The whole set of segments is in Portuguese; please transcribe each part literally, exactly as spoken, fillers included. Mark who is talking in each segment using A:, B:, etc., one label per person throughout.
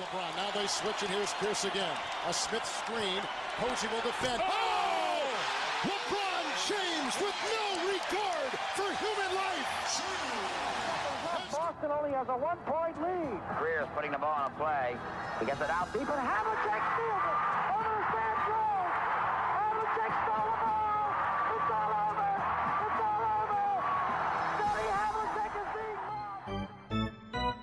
A: LeBron. Now they switch and here's Pierce again. A Smith screen. Posey will defend. Oh! LeBron James with no regard for human life.
B: Boston only has a one-point lead.
C: Greer's putting the ball on a play. He gets it out deep and
B: Havlicek steals it. Over the Sam Jones. Havlicek stole the ball. It's all over. It's all over. Scotty Havlicek is being mobbed.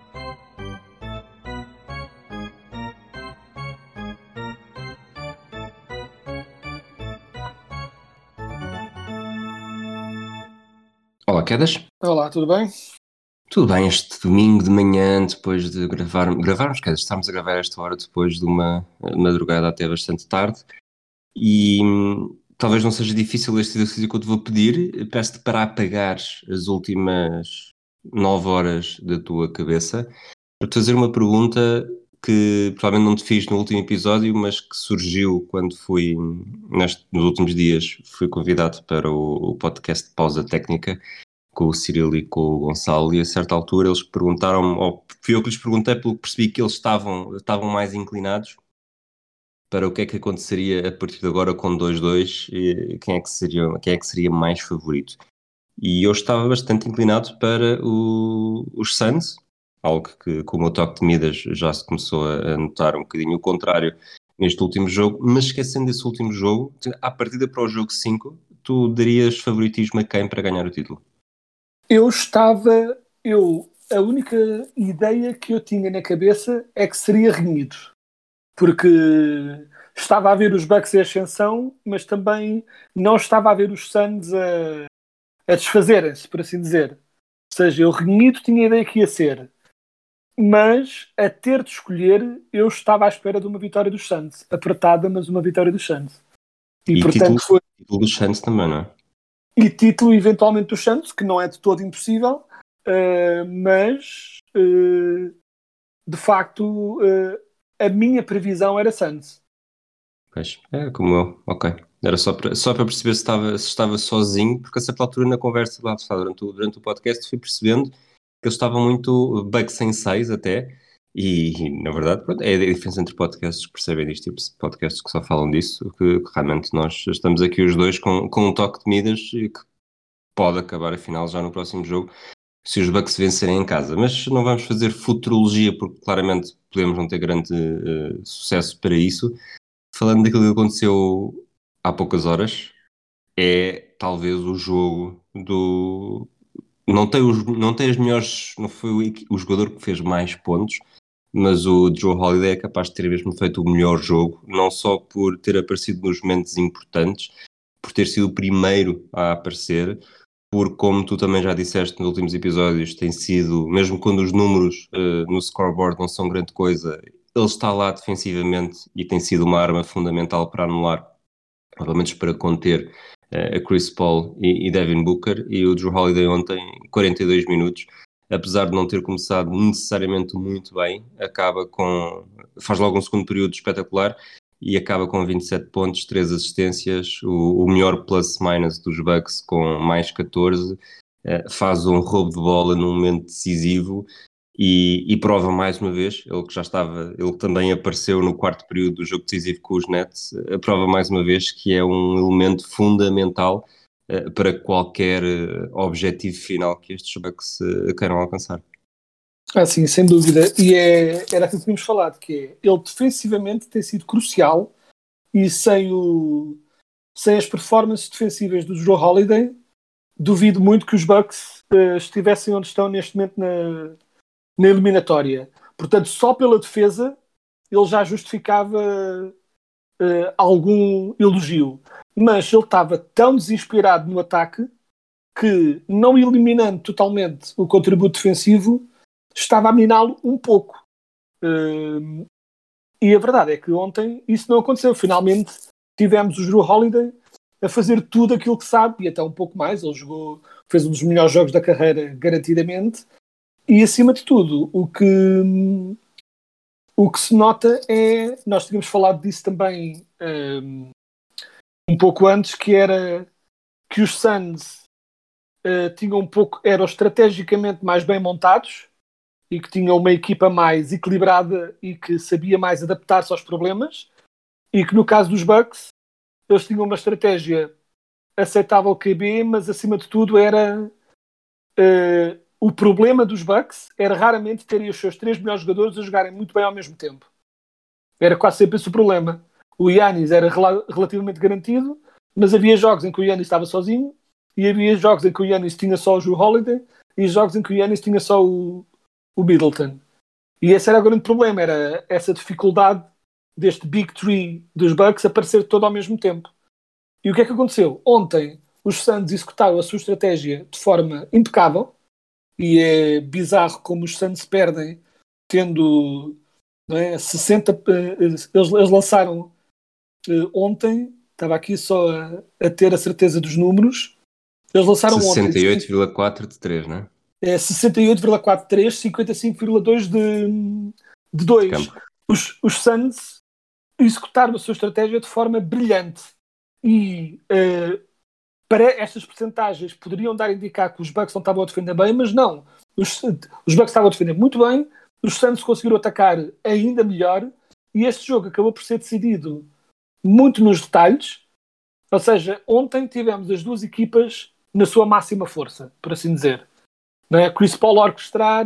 D: Olá, Quedas.
E: Olá, tudo bem?
D: Tudo bem, este domingo de manhã, depois de gravar, gravarmos, quer dizer, estamos a gravar esta hora depois de uma madrugada até bastante tarde e hum, talvez não seja difícil este exercício que eu te vou pedir. Peço-te para apagar as últimas nove horas da tua cabeça para te fazer uma pergunta que provavelmente não te fiz no último episódio, mas que surgiu quando fui, neste, nos últimos dias, fui convidado para o, o podcast Pausa Técnica com o Cirilo e com o Gonçalo, e a certa altura eles perguntaram-me, ou fui eu que lhes perguntei, pelo que percebi que eles estavam, estavam mais inclinados para o que é que aconteceria a partir de agora com dois dois, e quem é que seria, quem é que seria mais favorito. E eu estava bastante inclinado para o, os Suns, algo que com o meu toque de Midas já se começou a notar um bocadinho o contrário neste último jogo, mas esquecendo desse último jogo, à partida para o jogo cinco, tu darias favoritismo a quem para ganhar o título?
E: Eu estava, eu, a única ideia que eu tinha na cabeça é que seria renhido, porque estava a ver os Bucks em ascensão, mas também não estava a ver os Suns a, a desfazerem-se, por assim dizer. Ou seja, eu renhido tinha a ideia que ia ser, mas a ter de escolher, eu estava à espera de uma vitória dos Suns, apertada, mas uma vitória dos Suns. E,
D: E
E: portanto
D: título,
E: foi...
D: título dos Suns também, não é?
E: E título eventualmente do Santos, que não é de todo impossível, uh, mas uh, de facto uh, a minha previsão era Santos.
D: Pois, é como eu, ok. Era só para, só para perceber se estava, se estava sozinho, porque a certa altura na conversa lá durante o, durante o podcast fui percebendo que eles estavam muito Bucks em seis até, e na verdade pronto, é a diferença entre podcasts que percebem disto, tipo podcasts que só falam disso, que, que realmente nós estamos aqui os dois com, com um toque de Midas e que pode acabar a final já no próximo jogo se os Bucks vencerem em casa. Mas não vamos fazer futurologia porque claramente podemos não ter grande uh, sucesso para isso. Falando daquilo que aconteceu há poucas horas, é talvez o jogo do... Não tem, os, não tem as melhores... Não foi o, o jogador que fez mais pontos, mas o Jrue Holiday é capaz de ter mesmo feito o melhor jogo, não só por ter aparecido nos momentos importantes, por ter sido o primeiro a aparecer, porque como tu também já disseste nos últimos episódios, tem sido, mesmo quando os números uh, no scoreboard não são grande coisa, ele está lá defensivamente e tem sido uma arma fundamental para anular, ou pelo menos para conter uh, a Chris Paul e, e Devin Booker. E o Jrue Holiday ontem, quarenta e dois minutos, apesar de não ter começado necessariamente muito bem, acaba com, faz logo um segundo período espetacular e acaba com vinte e sete pontos, três assistências, o, o melhor plus-minus dos Bucks com mais catorze, uh, faz um roubo de bola num momento decisivo e, e prova mais uma vez, ele que já estava, ele também apareceu no quarto período do jogo decisivo com os Nets, uh, prova mais uma vez que é um elemento fundamental uh, para qualquer uh, objetivo final que estes Bucks uh, queiram alcançar.
E: Ah, sim, sem dúvida. E é, era aquilo que tínhamos falado, que é, ele defensivamente tem sido crucial e sem, o, sem as performances defensivas do Jrue Holiday, duvido muito que os Bucks uh, estivessem onde estão neste momento na, na eliminatória. Portanto, só pela defesa ele já justificava uh, algum elogio. Mas ele estava tão desinspirado no ataque que, não eliminando totalmente o contributo defensivo, estava a miná-lo um pouco. Uh, e a verdade é que ontem isso não aconteceu. Finalmente tivemos o Jrue Holiday a fazer tudo aquilo que sabe e até um pouco mais. Ele jogou, fez um dos melhores jogos da carreira, garantidamente. E acima de tudo, o que, o que se nota é, nós tínhamos falado disso também um, um pouco antes, que era que os Suns uh, tinham um pouco, eram estrategicamente mais bem montados e que tinha uma equipa mais equilibrada e que sabia mais adaptar-se aos problemas, e que no caso dos Bucks eles tinham uma estratégia aceitável Q B, mas acima de tudo era uh, o problema dos Bucks era raramente terem os seus três melhores jogadores a jogarem muito bem ao mesmo tempo. Era quase sempre esse o problema. O Giannis era rel- relativamente garantido, mas havia jogos em que o Giannis estava sozinho, e havia jogos em que o Giannis tinha só o Jrue Holiday, e jogos em que o Giannis tinha só o, o Middleton. E esse era o grande problema, era essa dificuldade deste Big Three dos Bucks aparecer todo ao mesmo tempo. E o que é que aconteceu? Ontem os Suns executaram a sua estratégia de forma impecável, e é bizarro como os Suns perdem tendo, não é, sessenta... Eles, eles lançaram uh, ontem, estava aqui só a, a ter a certeza dos números, eles lançaram
D: sessenta e oito
E: ontem
D: vírgula quatro de três, não é?
E: É sessenta e oito vírgula quarenta e três, cinquenta e cinco vírgula dois de, de dois. Os, os Suns executaram a sua estratégia de forma brilhante. E uh, para estas percentagens poderiam dar a indicar que os Bucks não estavam a defender bem, mas não. Os, os Bucks estavam a defender muito bem, os Suns conseguiram atacar ainda melhor, e este jogo acabou por ser decidido muito nos detalhes. Ou seja, ontem tivemos as duas equipas na sua máxima força, por assim dizer. Não é? Chris Paul a orquestrar,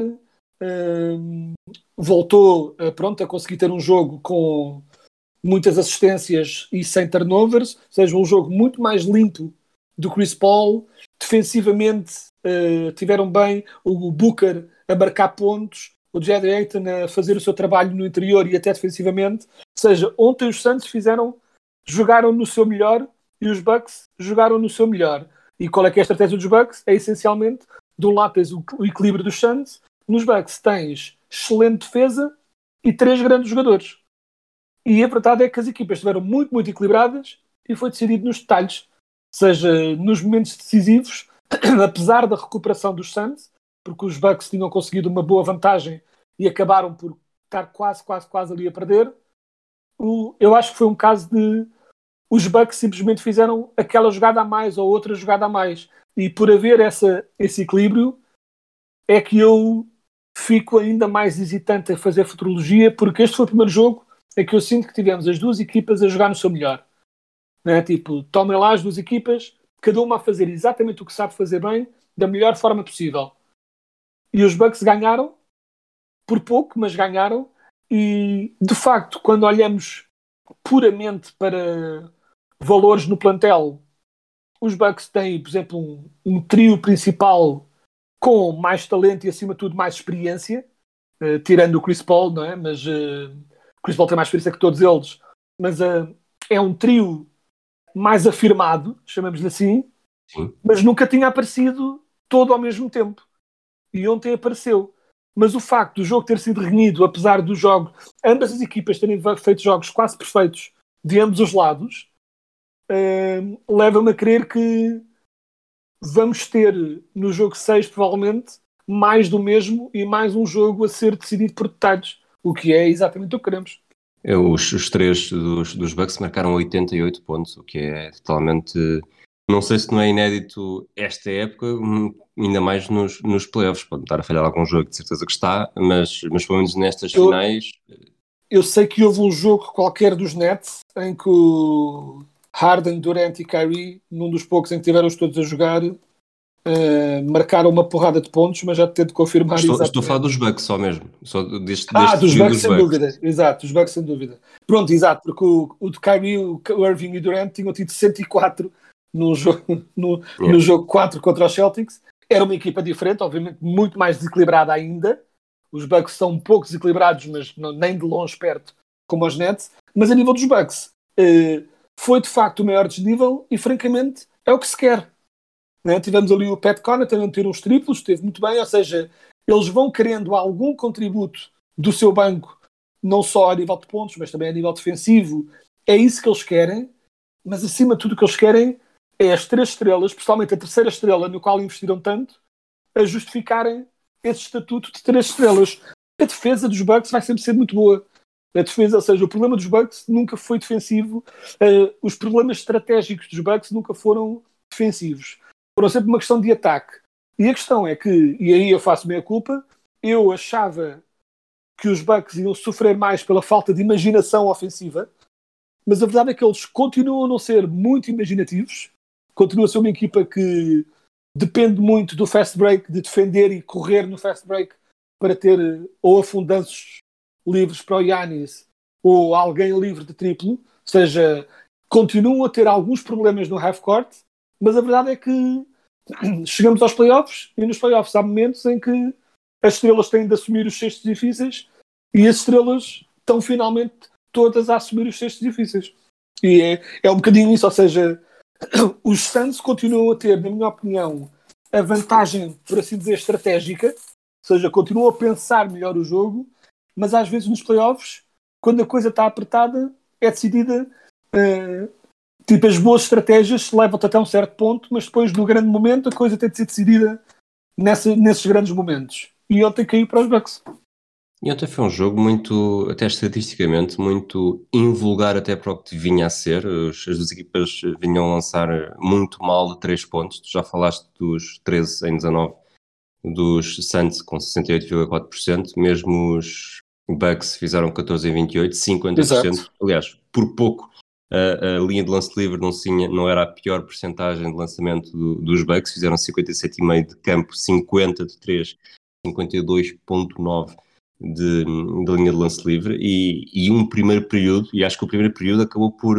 E: um, voltou uh, pronto, a conseguir ter um jogo com muitas assistências e sem turnovers, ou seja, um jogo muito mais limpo do Chris Paul. Defensivamente uh, tiveram bem o Booker a marcar pontos, o J D Ayton a fazer o seu trabalho no interior e até defensivamente. Ou seja, ontem os Suns fizeram, jogaram no seu melhor e os Bucks jogaram no seu melhor. E qual é que é a estratégia dos Bucks? É essencialmente, de um lado tens o, o equilíbrio dos Suns, nos Bucks tens excelente defesa e três grandes jogadores. E a verdade é que as equipas estiveram muito, muito equilibradas e foi decidido nos detalhes, seja nos momentos decisivos, apesar da recuperação dos Suns, porque os Bucks tinham conseguido uma boa vantagem e acabaram por estar quase, quase, quase ali a perder. O, eu acho que foi um caso de os Bucks simplesmente fizeram aquela jogada a mais ou outra jogada a mais. E por haver essa, esse equilíbrio é que eu fico ainda mais hesitante a fazer futurologia, porque este foi o primeiro jogo em que eu sinto que tivemos as duas equipas a jogar no seu melhor. Não é? Tipo, tomem lá as duas equipas, cada uma a fazer exatamente o que sabe fazer bem, da melhor forma possível. E os Bucks ganharam, por pouco, mas ganharam. E, de facto, quando olhamos puramente para valores no plantel, os Bucks têm, por exemplo, um, um trio principal com mais talento e, acima de tudo, mais experiência, uh, tirando o Chris Paul, não é? Mas uh, o Chris Paul tem mais experiência que todos eles, mas uh, é um trio mais afirmado, chamamos-lhe assim.
D: Sim.
E: Mas nunca tinha aparecido todo ao mesmo tempo. E ontem apareceu. Mas o facto do jogo ter sido renhido, apesar do jogo, ambas as equipas terem feito jogos quase perfeitos de ambos os lados, uh, leva-me a crer que vamos ter no jogo seis, provavelmente, mais do mesmo e mais um jogo a ser decidido por detalhes, o que é exatamente o que queremos.
D: Eu, os, os três dos, dos Bucks marcaram oitenta e oito pontos, o que é totalmente... Não sei se não é inédito esta época, ainda mais nos, nos playoffs. Pode estar a falhar algum jogo, de certeza que está, mas, mas pelo menos nestas
E: eu,
D: finais...
E: Eu sei que houve um jogo qualquer dos Nets em que o Harden, Durant e Kyrie, num dos poucos em que tiveram os todos a jogar, uh, marcaram uma porrada de pontos, mas já tento confirmar
D: estou,
E: exatamente.
D: Estou a falar dos Bucks só mesmo. Só deste,
E: ah,
D: deste
E: dos Bucks,
D: dos
E: sem
D: Bucks.
E: dúvida. Exato, os Bucks sem dúvida. Pronto, exato, porque o, o de Kyrie, o Irving e Durant tinham tido cento e quatro no jogo, no,
D: Yeah.
E: no jogo quatro contra os Celtics. Era uma equipa diferente, obviamente muito mais desequilibrada ainda. Os Bucks são um pouco desequilibrados, mas não, nem de longe perto como os Nets. Mas a nível dos Bucks, uh, foi de facto o maior desnível e francamente é o que se quer. Né? Tivemos ali o Pat Connaughton também ter uns triplos, esteve muito bem, ou seja, eles vão querendo algum contributo do seu banco, não só a nível de pontos, mas também a nível defensivo. É isso que eles querem, mas acima de tudo o que eles querem é as três estrelas, principalmente a terceira estrela no qual investiram tanto, a justificarem esse estatuto de três estrelas. A defesa dos Bucks vai sempre ser muito boa. A defesa, ou seja, o problema dos Bucks nunca foi defensivo, uh, os problemas estratégicos dos Bucks nunca foram defensivos. Foram sempre uma questão de ataque. E a questão é que, e aí eu faço meia culpa, eu achava que os Bucks iam sofrer mais pela falta de imaginação ofensiva, mas a verdade é que eles continuam a não ser muito imaginativos, continuam a ser uma equipa que depende muito do fast break, de defender e correr no fast break para ter ou afundanços livres para o Giannis ou alguém livre de triplo, ou seja, continuam a ter alguns problemas no half-court, mas a verdade é que chegamos aos playoffs e nos playoffs há momentos em que as estrelas têm de assumir os cestos difíceis e as estrelas estão finalmente todas a assumir os cestos difíceis. E é, é um bocadinho isso, ou seja, os Suns continuam a ter, na minha opinião, a vantagem, por assim dizer, estratégica, ou seja, continuam a pensar melhor o jogo, mas às vezes nos playoffs, quando a coisa está apertada, é decidida, uh, tipo, as boas estratégias levam-te até um certo ponto, mas depois, no grande momento, a coisa tem de ser decidida nessa, nesses grandes momentos. E ontem caiu para os Bucks.
D: E ontem foi um jogo muito, até estatisticamente, muito invulgar até para o que vinha a ser. As duas equipas vinham a lançar muito mal de três pontos. Tu já falaste dos treze em dezanove dos Suns com sessenta e oito vírgula quatro por cento. Mesmo os Bucks fizeram catorze em vinte e oito, cinquenta por cento.
E: Exato.
D: Aliás, por pouco, a, a linha de lance livre não, tinha, não era a pior percentagem de lançamento do, dos Bucks. Fizeram cinquenta e sete vírgula cinco de campo, cinquenta de três, cinquenta e dois vírgula nove De, de linha de lance livre e, e um primeiro período, e acho que o primeiro período acabou por,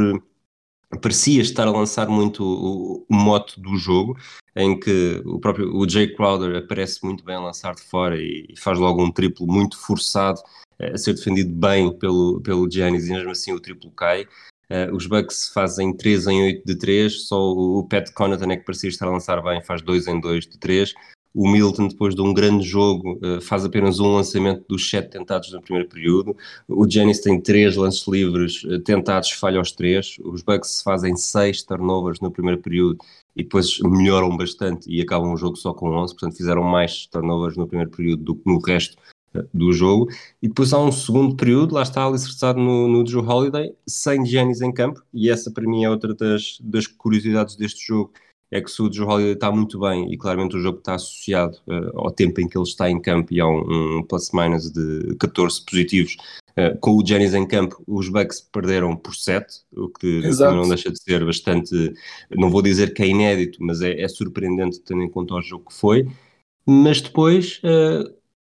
D: parecia estar a lançar muito o, o mote do jogo, em que o próprio o Jay Crowder aparece muito bem a lançar de fora e, e faz logo um triplo muito forçado, a ser defendido bem pelo, pelo Giannis, e mesmo assim o triplo cai. Uh, os Bucks fazem três em oito de três, só o, o Pat Connaughton é que parecia estar a lançar bem, faz dois em dois de três. O Milton, depois de um grande jogo, faz apenas um lançamento dos sete tentados no primeiro período. O Giannis tem três lances livres tentados, falha os três. Os Bucks fazem seis turnovers no primeiro período e depois melhoram bastante e acabam o jogo só com onze. Portanto, fizeram mais turnovers no primeiro período do que no resto do jogo. E depois há um segundo período, lá está alicerçado no, no Jrue Holiday, sem Giannis em campo. E essa, para mim, é outra das, das curiosidades deste jogo. É que se o Jrue Holiday está muito bem e claramente o jogo está associado uh, ao tempo em que ele está em campo e há um, um plus-minus de catorze positivos, uh, com o Giannis em campo, os Bucks perderam por sete, o que
E: Exato.
D: Também não deixa de ser bastante, não vou dizer que é inédito, mas é, é surpreendente tendo em conta o jogo que foi. Mas depois, uh,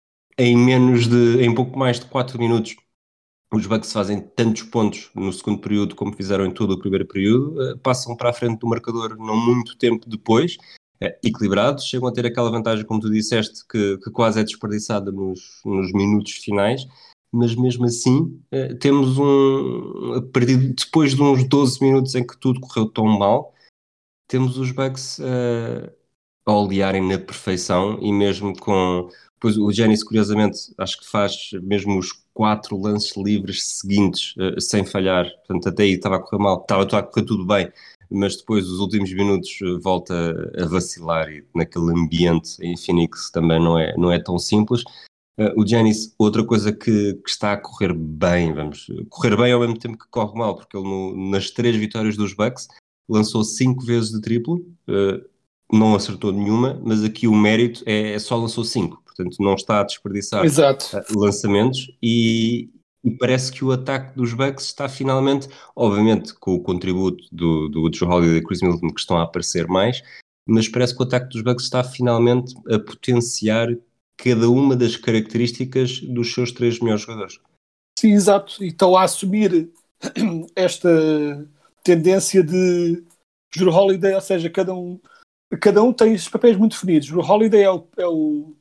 D: em menos de, em pouco mais de quatro minutos, os Bucks fazem tantos pontos no segundo período como fizeram em todo o primeiro período, passam para a frente do marcador não muito tempo depois, equilibrados, chegam a ter aquela vantagem, como tu disseste, que, que quase é desperdiçada nos, nos minutos finais, mas mesmo assim temos um, perdido, depois de uns doze minutos em que tudo correu tão mal, temos os Bucks uh, a olearem na perfeição e mesmo com... Pois o Giannis, curiosamente, acho que faz mesmo os quatro lances livres seguintes uh, sem falhar. Portanto, até aí estava a correr mal, estava a correr tudo bem, mas depois, os últimos minutos, uh, volta a vacilar e naquele ambiente em Phoenix também não é, não é tão simples. Uh, o Giannis, outra coisa que, que está a correr bem, vamos, correr bem ao mesmo tempo que corre mal, porque ele no, nas três vitórias dos Bucks lançou cinco vezes de triplo, uh, não acertou nenhuma, mas aqui o mérito é, é só lançou cinco. Portanto, não está a desperdiçar uh, lançamentos e, e parece que o ataque dos Bucks está finalmente, obviamente com o contributo do, do Jrue Holiday e Chris Middleton, que estão a aparecer mais, mas parece que o ataque dos Bucks está finalmente a potenciar cada uma das características dos seus três melhores jogadores.
E: Sim, exato. E estão a assumir esta tendência de Jrue Holiday, ou seja, cada um, cada um tem esses papéis muito definidos. Jrue Holiday é o, é o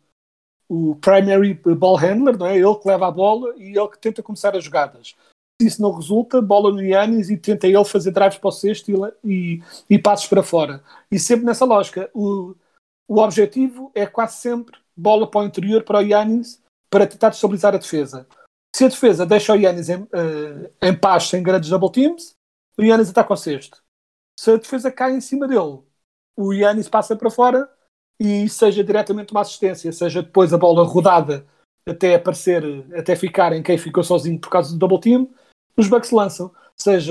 E: o primary ball handler, não é? Ele que leva a bola e ele que tenta começar as jogadas. Se isso não resulta, bola no Giannis e tenta ele fazer drives para o cesto e, e, e passos para fora. E sempre nessa lógica. O, o objetivo é quase sempre bola para o interior, para o Giannis, para tentar destabilizar a defesa. Se a defesa deixa o Giannis em, uh, em paz, sem grandes double teams, o Giannis ataca o cesto. Se a defesa cai em cima dele, o Giannis passa para fora e seja diretamente uma assistência, seja depois a bola rodada até aparecer, até ficar em quem ficou sozinho por causa do double team, os Bucks lançam. Seja,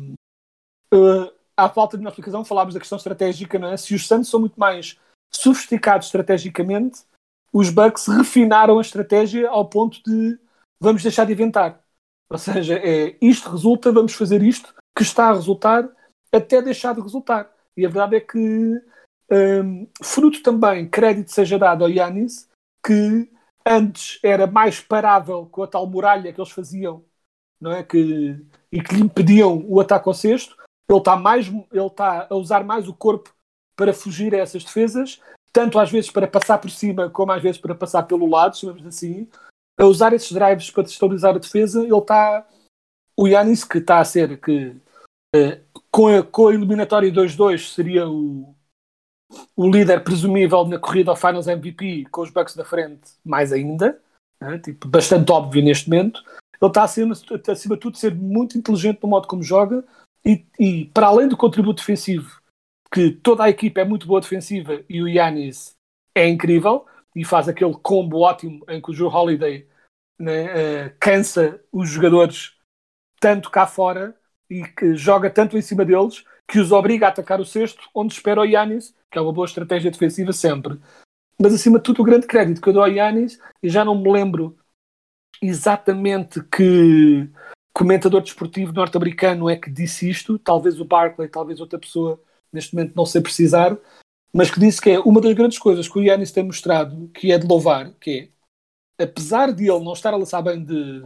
E: uh, à falta de uma explicação, falámos da questão estratégica, não é? Se os Suns são muito mais sofisticados estrategicamente, os Bucks refinaram a estratégia ao ponto de vamos deixar de inventar. Ou seja, é, isto resulta, vamos fazer isto, que está a resultar, até deixar de resultar. E a verdade é que, um, fruto também, crédito seja dado ao Giannis, que antes era mais parável com a tal muralha que eles faziam, não é? Que, e que lhe impediam o ataque ao cesto. Ele está mais, ele está a usar mais o corpo para fugir a essas defesas, tanto às vezes para passar por cima, como às vezes para passar pelo lado, chamamos assim, a usar esses drives para destabilizar a defesa. Ele está, o Giannis, que está a ser, que uh, com, a, com a eliminatória dois dois seria o, o líder presumível na corrida ao Finals M V P, com os Bucks na frente, mais ainda, né? Tipo, bastante óbvio neste momento. Ele está, acima, acima de tudo, ser muito inteligente no modo como joga e, e, para além do contributo defensivo, que toda a equipa é muito boa defensiva e o Giannis é incrível e faz aquele combo ótimo em que o Jrue Holiday, né, uh, cansa os jogadores tanto cá fora e que joga tanto em cima deles que os obriga a atacar o cesto onde espera o Giannis, que é uma boa estratégia defensiva sempre. Mas acima de tudo o grande crédito que eu dou ao Giannis, e já não me lembro exatamente que comentador desportivo norte-americano é que disse isto, talvez o Barkley, talvez outra pessoa, neste momento não sei precisar, mas que disse que é uma das grandes coisas que o Giannis tem mostrado, que é de louvar, que é, apesar de ele não estar a lançar bem de,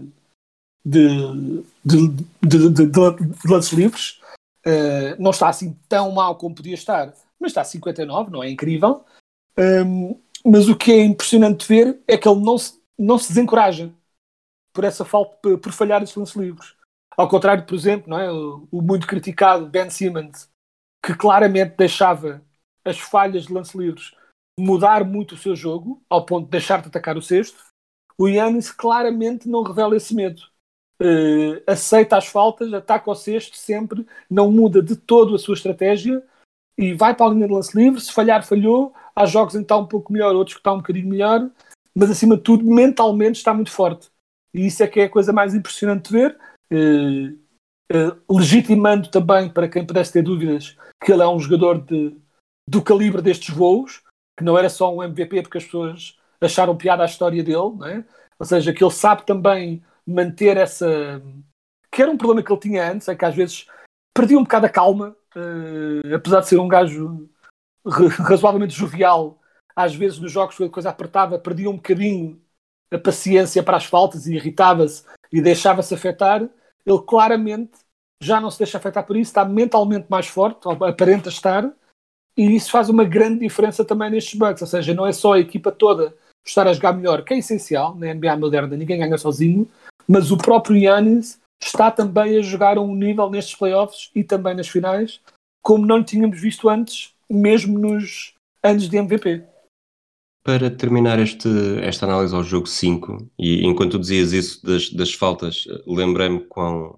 E: de, de, de, de, de, de lances livres, uh, não está assim tão mal como podia estar, mas está a cinquenta e nove, não é incrível, um, mas o que é impressionante de ver é que ele não se, não se desencoraja por essa falta, por falhar esses lances livres. Ao contrário, por exemplo, não é, o, o muito criticado Ben Simmons, que claramente deixava as falhas de lance livres mudar muito o seu jogo, ao ponto de deixar de atacar o cesto. O Giannis claramente não revela esse medo. Uh, aceita as faltas, ataca o cesto sempre, não muda de todo a sua estratégia e vai para a linha de lance livre. Se falhar, falhou. Há jogos em que está um pouco melhor, outros que está um bocadinho melhor, mas acima de tudo, mentalmente está muito forte. E isso é que é a coisa mais impressionante de ver. Uh, uh, legitimando também, para quem pudesse ter dúvidas, que ele é um jogador de, do calibre destes voos, que não era só um M V P porque as pessoas acharam piada a história dele, não é? Ou seja, que ele sabe também manter essa... que era um problema que ele tinha antes, é que às vezes perdia um bocado a calma, uh, apesar de ser um gajo razoavelmente jovial, às vezes nos jogos quando a coisa apertava, perdia um bocadinho a paciência para as faltas e irritava-se e deixava-se afetar. Ele claramente já não se deixa afetar por isso, está mentalmente mais forte, aparenta estar, e isso faz uma grande diferença também nestes Bucks. Ou seja, não é só a equipa toda estar a jogar melhor, que é essencial, na N B A moderna ninguém ganha sozinho, mas o próprio Giannis está também a jogar a um nível nestes playoffs e também nas finais, como não tínhamos visto antes, mesmo nos anos de M V P.
D: Para terminar este, esta análise ao jogo cinco, e enquanto tu dizias isso das, das faltas, lembrei-me quão,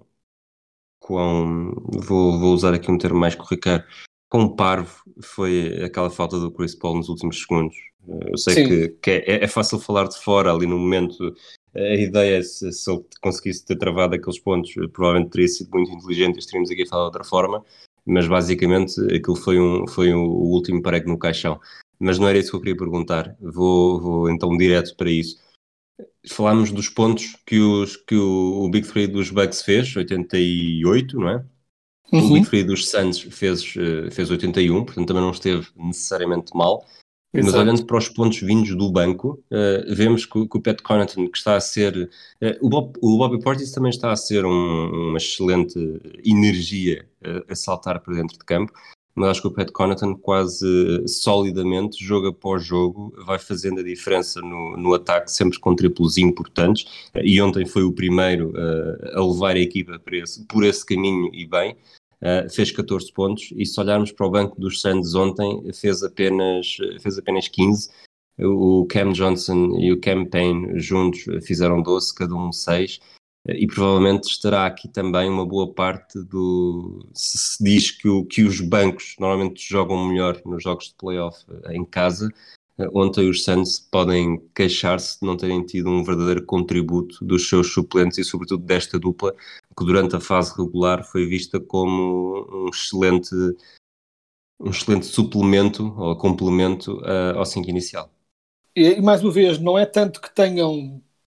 D: quão vou, vou usar aqui um termo mais corriqueiro, quão parvo foi aquela falta do Chris Paul nos últimos segundos. Eu sei
E: Sim.
D: que, que é, é fácil falar de fora, ali no momento, a ideia é se, se ele conseguisse ter travado aqueles pontos, provavelmente teria sido muito inteligente e estaríamos aqui a falar de outra forma, mas basicamente aquilo foi, um, foi um, o último prego no caixão. Mas não era isso que eu queria perguntar. Vou, vou então direto para isso. Falámos dos pontos que, os, que o, o Big Three dos Bucks fez, oitenta e oito, não é?
E: Uhum.
D: O Big Three dos Suns fez, fez oitenta e um, portanto também não esteve necessariamente mal. Mas
E: Exato.
D: olhando para os pontos vindos do banco, uh, vemos que, que o Pat Connaughton, que está a ser... Uh, o, Bob, o Bobby Portis também está a ser um, uma excelente energia uh, a saltar para dentro de campo, mas acho que o Pat Connaughton quase uh, solidamente, jogo após jogo, vai fazendo a diferença no, no ataque, sempre com triplos importantes, uh, e ontem foi o primeiro uh, a levar a equipa por esse, por esse caminho e bem. Uh, fez catorze pontos, e se olharmos para o banco dos Suns ontem, fez apenas, fez apenas quinze. O Cam Johnson e o Cam Payne juntos fizeram doze, cada um seis, e provavelmente estará aqui também uma boa parte do... Se se diz que, o, que os bancos normalmente jogam melhor nos jogos de playoff em casa, ontem os Suns podem queixar-se de não terem tido um verdadeiro contributo dos seus suplentes e sobretudo desta dupla, que durante a fase regular foi vista como um excelente, um excelente suplemento ou complemento uh, ao cinco inicial.
E: e, e mais uma vez, não é tanto que tenham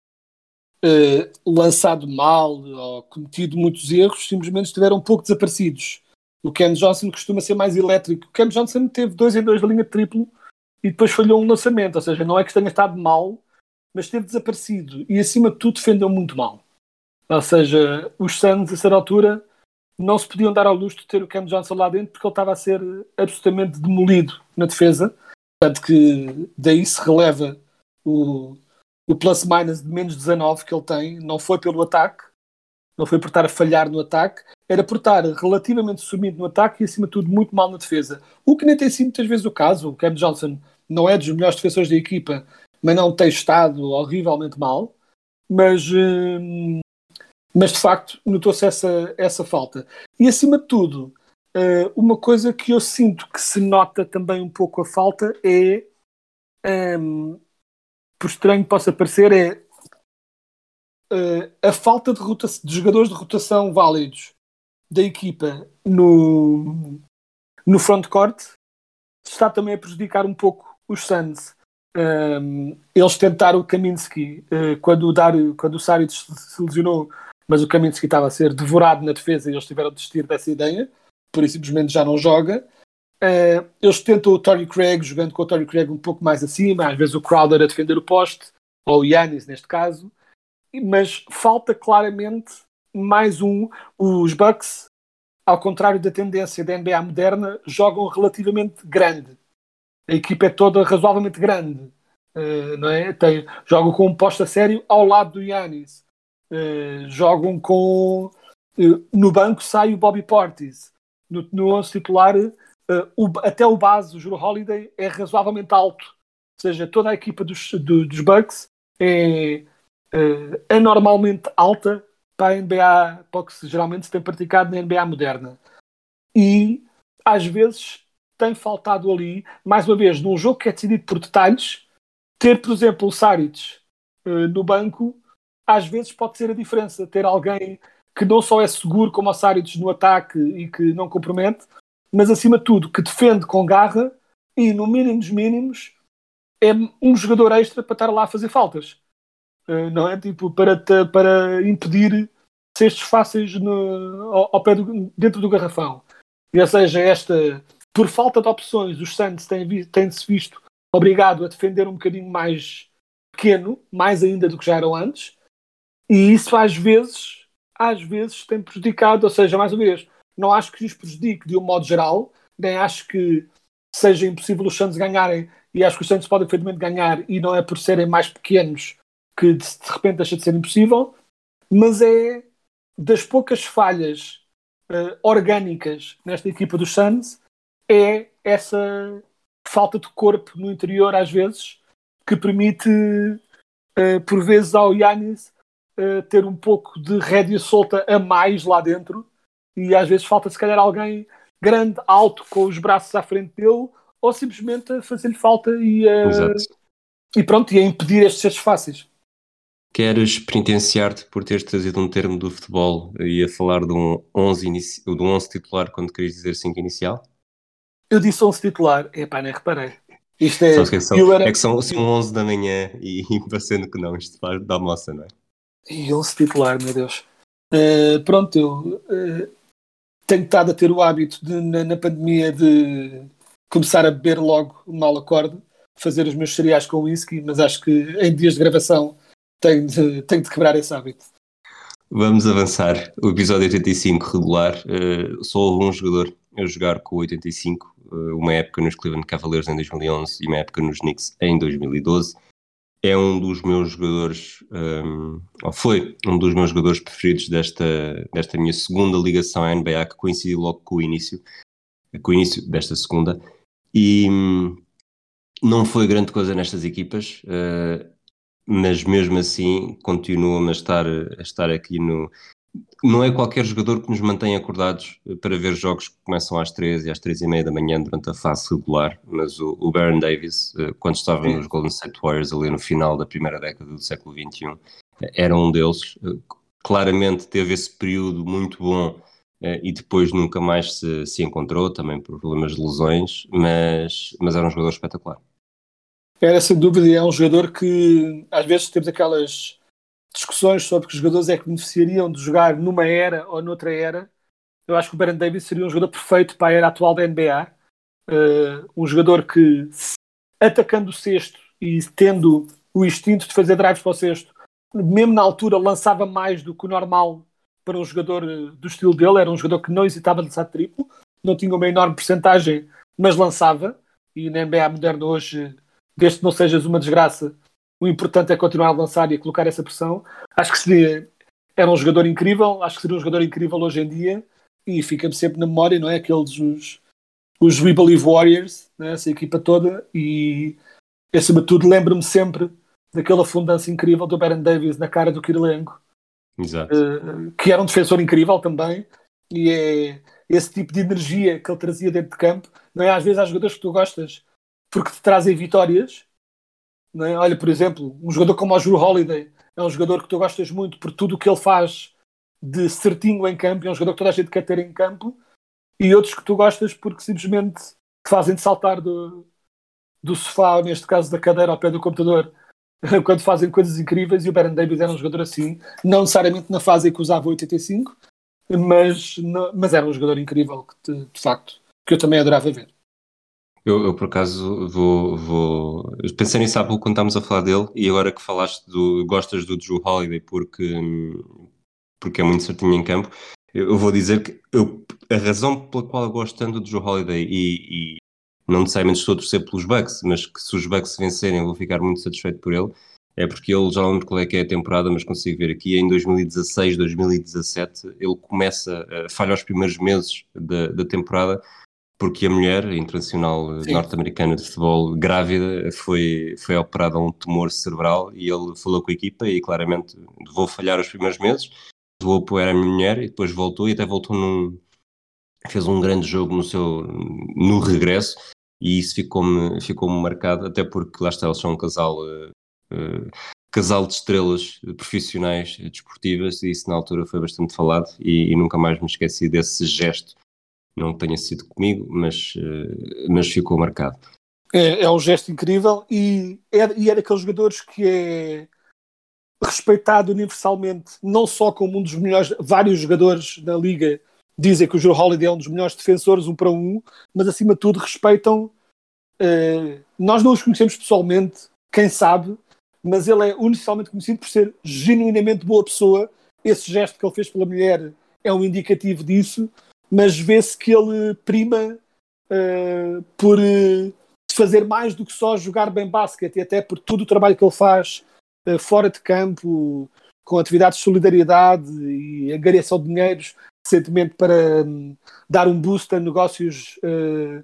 E: uh, lançado mal ou cometido muitos erros, simplesmente estiveram um pouco desaparecidos. O Cam Johnson costuma ser mais elétrico. O Cam Johnson teve dois em dois da linha de triplo e depois falhou um lançamento, ou seja, não é que tenha estado mal, mas esteve desaparecido e acima de tudo defendeu muito mal. Ou seja, os Suns a certa altura não se podiam dar ao luxo de ter o Cam Johnson lá dentro porque ele estava a ser absolutamente demolido na defesa, tanto que daí se releva o, o plus-minus de menos dezanove que ele tem. Não foi pelo ataque, não foi por estar a falhar no ataque, era por estar relativamente sumido no ataque e acima de tudo muito mal na defesa, o que nem tem sido muitas vezes o caso. O Cam Johnson não é dos melhores defensores da equipa, mas não tem estado horrivelmente mal, mas... Hum, Mas, de facto, notou-se essa, essa falta. E, acima de tudo, uh, uma coisa que eu sinto que se nota também um pouco a falta é, um, por estranho que possa parecer, é uh, a falta de, rota- de jogadores de rotação válidos da equipa no, no frontcourt está também a prejudicar um pouco os Suns. Um, eles tentaram o Kaminsky uh, quando o, Dario, quando o Saric se lesionou, mas o Kaminsky estava a ser devorado na defesa e eles tiveram de desistir dessa ideia, por isso simplesmente já não joga. Uh, eles tentam o Torrey Craig, jogando com o Torrey Craig um pouco mais acima, às vezes o Crowder a defender o poste, ou o Giannis neste caso, mas falta claramente mais um. Os Bucks, ao contrário da tendência da N B A moderna, jogam relativamente grande. A equipa é toda razoavelmente grande, uh, não é? Tem, jogam com um poste a sério ao lado do Giannis. Uh, jogam com uh, no banco sai o Bobby Portis, no, no onze titular uh, o, até o base, o Jrue Holiday é razoavelmente alto, ou seja, toda a equipa dos, do, dos Bucks é uh, anormalmente alta para a N B A, para o que geralmente se tem praticado na N B A moderna, e às vezes tem faltado ali, mais uma vez, num jogo que é decidido por detalhes, ter, por exemplo, o Saric uh, no banco às vezes pode ser a diferença, ter alguém que não só é seguro como o Saric no ataque e que não compromete, mas acima de tudo que defende com garra e no mínimo dos mínimos é um jogador extra para estar lá a fazer faltas, uh, não é? Tipo, para, te, para impedir cestos fáceis no, ao, ao pé do, dentro do garrafão. E, ou seja, esta, por falta de opções, os Suns têm, têm-se visto obrigado a defender um bocadinho mais pequeno, mais ainda do que já eram antes. E isso às vezes, às vezes tem prejudicado, ou seja, mais uma vez, não acho que os prejudique de um modo geral, nem acho que seja impossível os Suns ganharem, e acho que os Suns podem perfeitamente ganhar, e não é por serem mais pequenos que de, de repente deixa de ser impossível, mas é das poucas falhas uh, orgânicas nesta equipa dos Suns, é essa falta de corpo no interior às vezes, que permite uh, por vezes ao Giannis Uh, ter um pouco de rédea solta a mais lá dentro, e às vezes falta se calhar alguém grande, alto, com os braços à frente dele, ou simplesmente a fazer-lhe falta e, uh, e pronto, e a impedir estes gestos fáceis.
D: Queres penitenciar-te por teres trazido um termo do futebol e a falar de um onze, inici... de um onze titular quando querias dizer cinco inicial?
E: Eu disse onze titular, epá, nem reparei. Isto é,
D: que são,
E: era...
D: é que são, são onze da manhã e, e parecendo que não, isto faz da moça, não é?
E: E onze titular, meu Deus. Uh, pronto, eu uh, tenho estado a ter o hábito de, na, na pandemia de começar a beber logo mal acorde, fazer os meus cereais com whisky, mas acho que em dias de gravação tenho de, tenho de quebrar esse hábito.
D: Vamos avançar. O episódio oitenta e cinco regular, uh, só houve um jogador a jogar com o oitenta e cinco, uh, uma época nos Cleveland Cavaliers em dois mil e onze e uma época nos Knicks em dois mil e doze. É um dos meus jogadores, um, ou foi um dos meus jogadores preferidos desta, desta minha segunda ligação à N B A, que coincidiu logo com o início, com o início desta segunda, e hum, não foi grande coisa nestas equipas, uh, mas mesmo assim continua a estar, a estar aqui no... Não é qualquer jogador que nos mantém acordados para ver jogos que começam às três e às três e meia da manhã durante a fase regular, mas o, o Baron Davis, quando estava nos Golden State Warriors ali no final da primeira década do século vinte e um, era um deles. Claramente teve esse período muito bom e depois nunca mais se, se encontrou, também por problemas de lesões, mas, mas era um jogador espetacular.
E: Era sem dúvida, é um jogador que às vezes temos aquelas discussões sobre que os jogadores é que beneficiariam de jogar numa era ou noutra era. Eu acho que o Baron Davis seria um jogador perfeito para a era atual da N B A. Uh, um jogador que, atacando o cesto e tendo o instinto de fazer drives para o cesto, mesmo na altura lançava mais do que o normal para um jogador do estilo dele. Era um jogador que não hesitava de lançar triplo, não tinha uma enorme percentagem, mas lançava. E na N B A moderna hoje, desde que não sejas uma desgraça, o importante é continuar a lançar e a colocar essa pressão. Acho que seria, era um jogador incrível, acho que seria um jogador incrível hoje em dia, e fica-me sempre na memória, não é? Aqueles, os, os We Believe Warriors, né? Essa equipa toda, e acima de tudo lembro-me sempre daquela fundança incrível do Baron Davis na cara do Kirilenko.
D: Exato.
E: Uh, que era um defensor incrível também, e é esse tipo de energia que ele trazia dentro de campo. Não é? Às vezes há jogadores que tu gostas porque te trazem vitórias, não é? Olha, por exemplo, um jogador como o Jrue Holiday é um jogador que tu gostas muito por tudo o que ele faz de certinho em campo, é um jogador que toda a gente quer ter em campo, e outros que tu gostas porque simplesmente te fazem-te saltar do, do sofá, ou neste caso da cadeira ao pé do computador, quando fazem coisas incríveis. E o Baron Davis era um jogador assim, não necessariamente na fase em que usava oitenta e cinco, mas, mas era um jogador incrível que, de, de facto, que eu também adorava ver.
D: Eu, eu, por acaso, vou, vou... Pensei nisso há pouco quando estávamos a falar dele, e agora que falaste do... Gostas do Jrue Holiday porque, porque é muito certinho em campo, eu, eu vou dizer que eu, a razão pela qual eu gosto tanto do Jrue Holiday, e, e não necessariamente estou a torcer pelos Bucks, mas que se os Bucks vencerem eu vou ficar muito satisfeito por ele, é porque ele, já não lembro qual é que é a temporada, mas consigo ver aqui, em dois mil e dezasseis, dois mil e dezassete, ele começa, falha os primeiros meses da, da temporada, porque a mulher, a internacional
E: Sim.
D: norte-americana de futebol, grávida, foi, foi operada a um tumor cerebral, e ele falou com a equipa e claramente vou falhar os primeiros meses, vou apoiar a minha mulher, e depois voltou, e até voltou num... fez um grande jogo no seu no regresso, e isso ficou-me ficou-me marcado, até porque lá está, eles são um casal uh, uh, casal de estrelas profissionais desportivas, e isso na altura foi bastante falado, e, e nunca mais me esqueci desse gesto. Não tenha sido comigo, mas, uh, mas ficou marcado.
E: É, é um gesto incrível, e é, e é daqueles jogadores que é respeitado universalmente, não só como um dos melhores. Vários jogadores da liga dizem que o Jrue Holiday é um dos melhores defensores, um para um, mas acima de tudo respeitam. Uh, nós não os conhecemos pessoalmente, quem sabe, mas ele é universalmente conhecido por ser genuinamente boa pessoa. Esse gesto que ele fez pela mulher é um indicativo disso, mas vê-se que ele prima uh, por uh, fazer mais do que só jogar bem basquete, e até por todo o trabalho que ele faz uh, fora de campo, com atividades de solidariedade e angariação de dinheiros, recentemente para um, dar um boost a negócios, uh,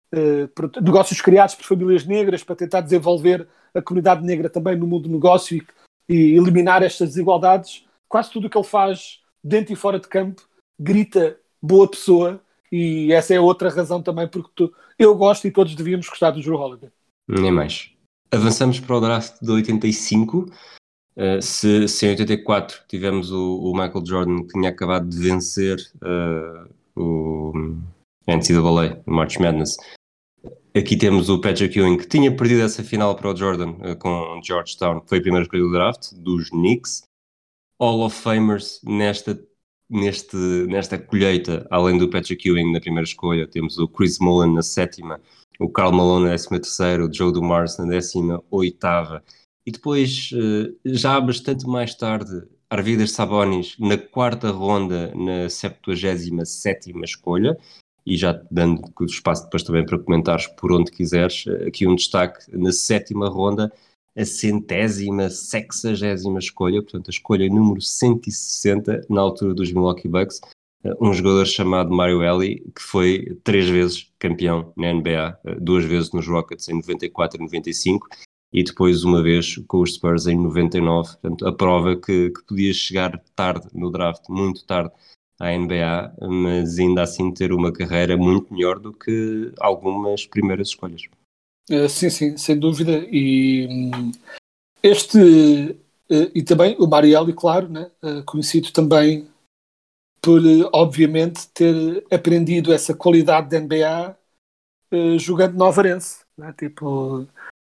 E: uh, negócios criados por famílias negras, para tentar desenvolver a comunidade negra também no mundo do negócio e, e eliminar estas desigualdades. Quase tudo o que ele faz dentro e fora de campo grita boa pessoa, e essa é outra razão também porque tu, eu gosto, e todos devíamos gostar do Jrue Holiday.
D: Nem mais. Avançamos para o draft de oitenta e cinco. Uh, se, se em oitenta e quatro tivemos o, o Michael Jordan, que tinha acabado de vencer uh, o N C A A, o March Madness, aqui temos o Patrick Ewing, que tinha perdido essa final para o Jordan uh, com Georgetown, que foi a primeira escolha do draft, dos Knicks. Hall of Famers nesta, neste, nesta colheita, além do Patrick Ewing na primeira escolha, temos o Chris Mullin na sétima, o Karl Malone na décima terceira, o Joe Dumars na décima oitava, e depois, já bastante mais tarde, Arvydas Sabonis na quarta ronda, na septuagésima sétima escolha, e já dando espaço depois também para comentares por onde quiseres, aqui um destaque na sétima ronda, a centésima, sexagésima escolha, portanto a escolha número cento e sessenta na altura dos Milwaukee Bucks, um jogador chamado Mario Elie, que foi três vezes campeão na N B A, duas vezes nos Rockets em noventa e quatro e noventa e cinco, e depois uma vez com os Spurs em noventa e nove, portanto a prova que, que podia chegar tarde no draft, muito tarde à N B A, mas ainda assim ter uma carreira muito melhor do que algumas primeiras escolhas.
E: Uh, sim, sim, sem dúvida. E um, este uh, e também o Marielli, claro, né? uh, conhecido também por, uh, obviamente, ter aprendido essa qualidade da N B A uh, jogando no Alvarense, né? Tipo,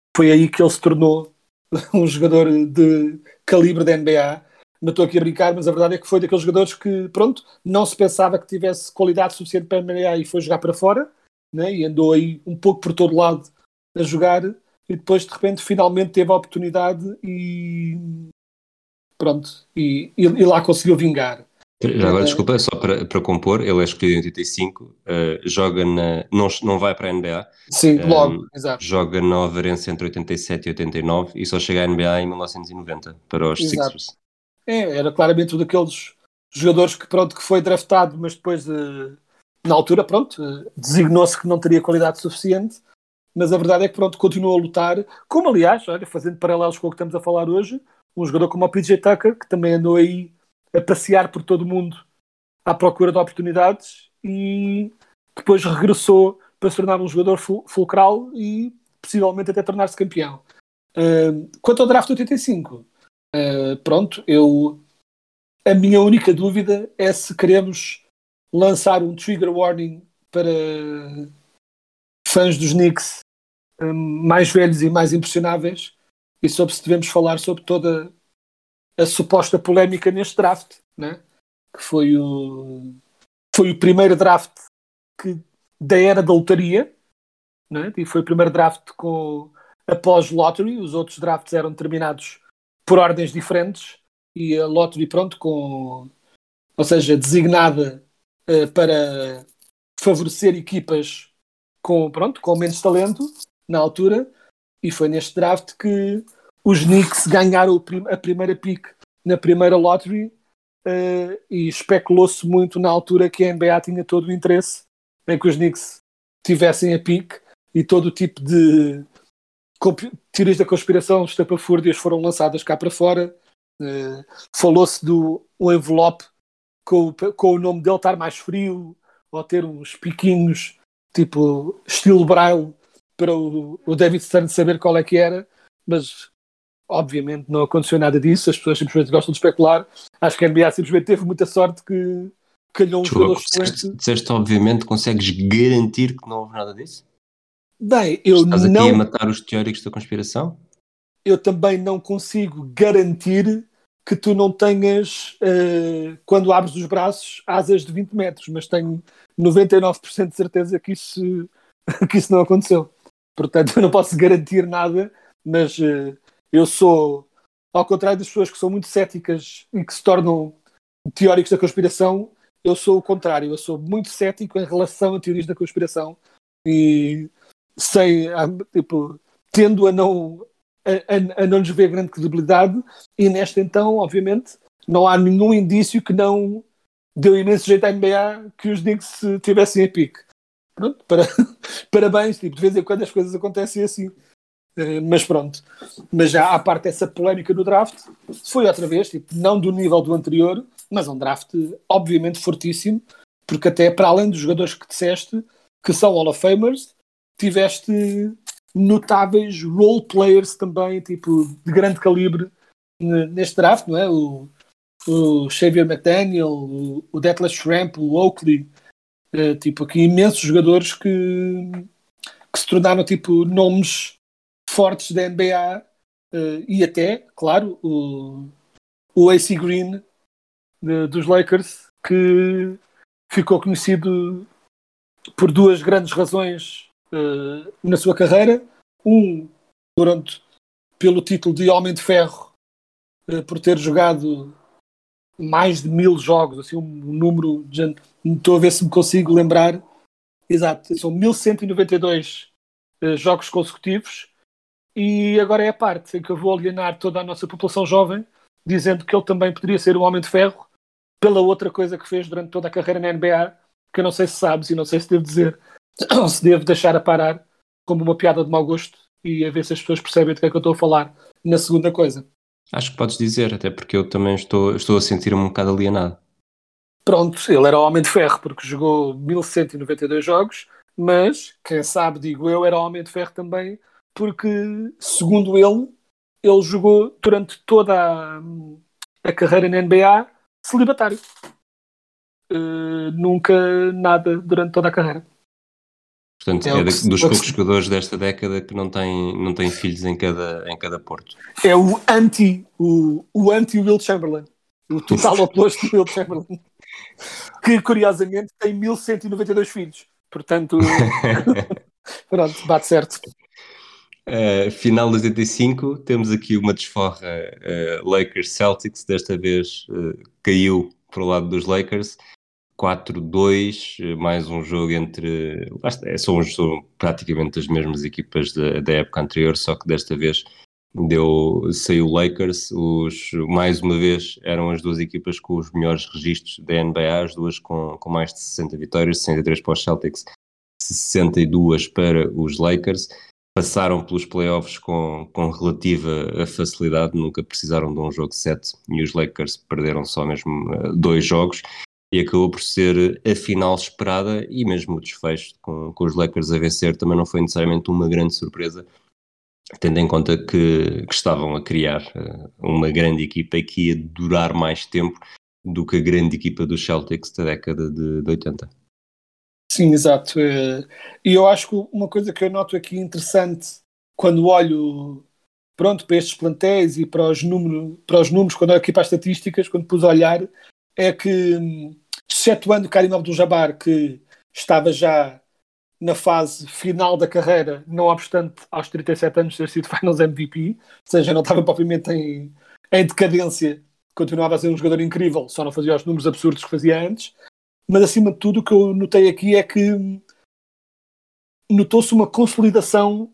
E: foi aí que ele se tornou um jogador de calibre da N B A. Não estou aqui a brincar, mas a verdade é que foi daqueles jogadores que, pronto, não se pensava que tivesse qualidade suficiente para a N B A e foi jogar para fora, né? E andou aí um pouco por todo lado a jogar, e depois de repente finalmente teve a oportunidade e pronto, e, e, e lá conseguiu vingar.
D: Já agora,
E: Uh,
D: desculpa, só para, para compor, ele é escolhido em oitenta e cinco, uh, joga na, não, não vai para a N B A,
E: sim, logo,
D: um,
E: exato.
D: joga na Overense entre oitenta e sete e oitenta e nove e só chega à N B A em mil novecentos e noventa para os
E: Exato.
D: Sixers.
E: É, era claramente um daqueles jogadores que, pronto, que foi draftado, mas depois, uh, na altura, pronto, uh, designou-se que não teria qualidade suficiente, mas a verdade é que, pronto, continuou a lutar, como aliás, olha, fazendo paralelos com o que estamos a falar hoje, um jogador como o P J Tucker, que também andou aí a passear por todo o mundo à procura de oportunidades e depois regressou para se tornar um jogador ful- fulcral e possivelmente até tornar-se campeão. Uh, quanto ao draft oitenta e cinco, uh, pronto, eu a minha única dúvida é se queremos lançar um trigger warning para fãs dos Knicks um, mais velhos e mais impressionáveis, e sobre se devemos falar sobre toda a suposta polémica neste draft, né? Que foi o foi o primeiro draft que, da era da lotaria, né? E foi o primeiro draft com após lottery. Os outros drafts eram determinados por ordens diferentes e a lottery, pronto, com, ou seja, designada uh, para favorecer equipas com, pronto, com menos talento na altura, e foi neste draft que os Knicks ganharam o prim- a primeira pick na primeira lottery, uh, e especulou-se muito na altura que a N B A tinha todo o interesse em que os Knicks tivessem a pick, e todo o tipo de comp- teorias da conspiração estapafúrdias foram lançadas cá para fora. Uh, falou-se do um envelope com, o- com o nome dele estar mais frio, ou ter uns piquinhos tipo estilo Braille para o, o David Stern saber qual é que era, mas obviamente não aconteceu nada disso. As pessoas simplesmente gostam de especular. Acho que a N B A simplesmente teve muita sorte que calhou um
D: Desculpa,
E: jogador excelente.
D: disseste, disseste, obviamente, consegues garantir que não houve nada disso?
E: Bem, eu
D: Estás aqui a
E: não
D: matar os teóricos da conspiração?
E: eu também não consigo garantir que tu não tenhas, uh, quando abres os braços, asas de vinte metros, mas tenho noventa e nove por cento de certeza que isso, que isso não aconteceu. Portanto, eu não posso garantir nada, mas uh, eu sou, ao contrário das pessoas que são muito céticas e que se tornam teóricos da conspiração, eu sou o contrário. Eu sou muito cético em relação a teorias da conspiração e sei, tipo, tendo a não A, a, a não lhes ver grande credibilidade, e nesta então, obviamente, não há nenhum indício que não deu imenso jeito à N B A que os Knicks tivessem a pique. Pronto, para, parabéns, tipo, de vez em quando as coisas acontecem assim. Uh, mas pronto. Mas já à parte dessa polémica no draft, foi outra vez, tipo, não do nível do anterior, mas um draft obviamente fortíssimo, porque até para além dos jogadores que disseste, que são Hall of Famers, tiveste notáveis role players também, tipo, de grande calibre neste draft, não é? O, o Xavier McDaniel, o, o Detlef Schrempf, o Oakley, uh, tipo, aqui imensos jogadores que, que se tornaram, tipo, nomes fortes da N B A, uh, e até, claro, o, o A C Green de, dos Lakers, que ficou conhecido por duas grandes razões uh, na sua carreira. Um, durante, pelo título de Homem de Ferro, uh, por ter jogado mais de mil jogos, assim, um, um número de gente, estou a ver se me consigo lembrar, exato, são mil cento e noventa e dois uh, jogos consecutivos, e agora é a parte em que eu vou alienar toda a nossa população jovem, dizendo que ele também poderia ser um Homem de Ferro pela outra coisa que fez durante toda a carreira na N B A, que eu não sei se sabes e não sei se devo dizer, ou se devo deixar a parar como uma piada de mau gosto e a ver se as pessoas percebem do que é que eu estou a falar na segunda coisa.
D: Acho que podes dizer, até porque eu também estou, estou a sentir-me um bocado alienado.
E: Pronto, ele era o Homem de Ferro porque jogou mil cento e noventa e dois jogos, mas, quem sabe, digo eu, era o Homem de Ferro também porque, segundo ele, ele jogou durante toda a, a carreira na N B A celibatário. Uh, nunca nada durante toda a carreira.
D: Portanto,
E: É
D: é,
E: o que
D: de-
E: se-
D: dos
E: é o que
D: poucos
E: se-
D: jogadores desta década que não tem, não tem filhos em cada, em cada Porto.
E: É o anti, o, o anti-Will Chamberlain. O total oposto do Will Chamberlain. Que, curiosamente, tem mil cento e noventa e dois filhos. Portanto, pronto, bate certo.
D: Uh, final de oitenta e cinco, temos aqui uma desforra uh, Lakers-Celtics, desta vez uh, caiu para o lado dos Lakers, quatro dois, uh, mais um jogo entre, lá está, é, são, são praticamente as mesmas equipas da, da época anterior, só que desta vez deu, saiu o Lakers, os, mais uma vez eram as duas equipas com os melhores registros da N B A, as duas com, com mais de sessenta vitórias, sessenta e três para os Celtics, sessenta e duas para os Lakers. Passaram pelos playoffs com, com relativa facilidade, nunca precisaram de um jogo sete e os Lakers perderam só mesmo uh, dois jogos e acabou por ser a final esperada e mesmo o desfecho com, com os Lakers a vencer também não foi necessariamente uma grande surpresa, tendo em conta que, que estavam a criar uh, uma grande equipa e que ia durar mais tempo do que a grande equipa dos Celtics da década de, de oitenta.
E: Sim, exato. Eh, E eu acho que uma coisa que eu noto aqui interessante quando olho, pronto, para estes plantéis e para os números, para os números quando olho aqui para as estatísticas, quando pus a olhar, é que, hum, excetuando Karim Abdul-Jabbar, que estava já na fase final da carreira, não obstante aos trinta e sete anos ter sido Finals M V P, ou seja, não estava propriamente em, em decadência, continuava a ser um jogador incrível, só não fazia os números absurdos que fazia antes. Mas, acima de tudo, o que eu notei aqui é que notou-se uma consolidação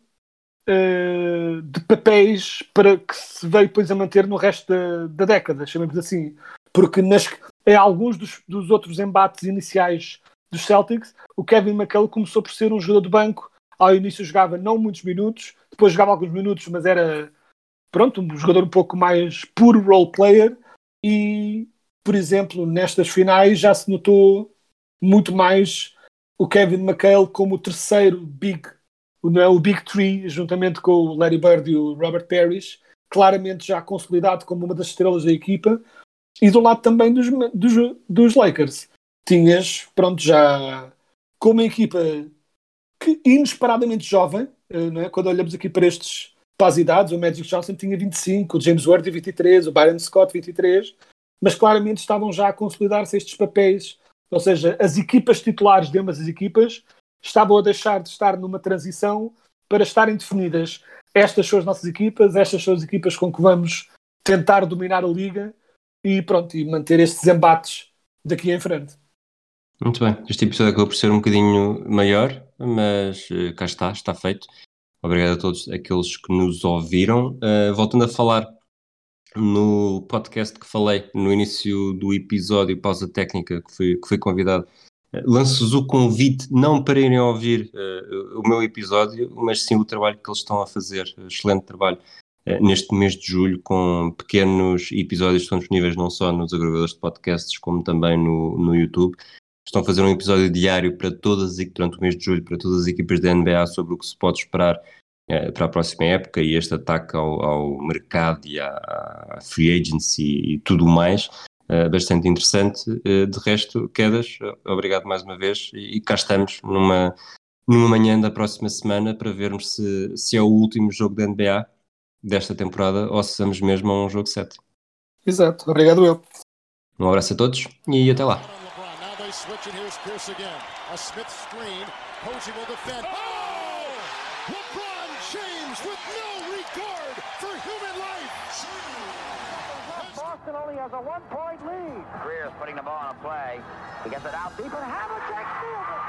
E: uh, de papéis para que se veio depois a manter no resto da, da década, chamemos assim. Porque nas, em alguns dos, dos outros embates iniciais dos Celtics, o Kevin McHale começou por ser um jogador de banco. Ao início jogava não muitos minutos, depois jogava alguns minutos, mas era, pronto, um jogador um pouco mais puro role player e... Por exemplo, nestas finais já se notou muito mais o Kevin McHale como o terceiro big, não é, o Big Three, juntamente com o Larry Bird e o Robert Parrish, claramente já consolidado como uma das estrelas da equipa. E do lado também dos, dos, dos Lakers. Tinhas, pronto, já como uma equipa que inesperadamente jovem, não é? Quando olhamos aqui para estes, para as idades, o Magic Johnson tinha vinte e cinco, o James Worthy vinte e três, o Byron Scott vinte e três, mas claramente estavam já a consolidar-se estes papéis, ou seja, as equipas titulares de ambas as equipas estavam a deixar de estar numa transição para estarem definidas. Estas são as nossas equipas, estas são as equipas com que vamos tentar dominar a liga e pronto, e manter estes embates daqui em frente.
D: Muito bem, este episódio acabou por ser um bocadinho maior, mas uh, cá está, está feito. Obrigado a todos aqueles que nos ouviram. Uh, voltando a falar no podcast que falei no início do episódio, Pausa Técnica, que fui, que fui convidado, uh, lanço-vos o convite não para irem ouvir uh, o meu episódio, mas sim o trabalho que eles estão a fazer, excelente trabalho, uh, neste mês de julho, com pequenos episódios que estão disponíveis não só nos agregadores de podcasts, como também no, no YouTube. Estão a fazer um episódio diário para todas, durante o mês de julho, para todas as equipas da N B A sobre o que se pode esperar eh, para a próxima época e este ataque ao, ao mercado e à, à free agency e tudo mais. Uh, bastante interessante. Uh, de resto, Quedas, obrigado mais uma vez e, e cá estamos numa, numa manhã da próxima semana para vermos se, se é o último jogo da N B A desta temporada ou se vamos mesmo a um jogo sete.
E: Exato, obrigado eu.
D: Um abraço a todos e até lá.
A: Switch, and here's Pierce again. A Smith screen. Posey will defend. Oh! LeBron James with no regard for human life.
B: Boston only has a one-point lead.
C: Greer's putting the ball on a play. He gets it out deep, and Havlicek steals it.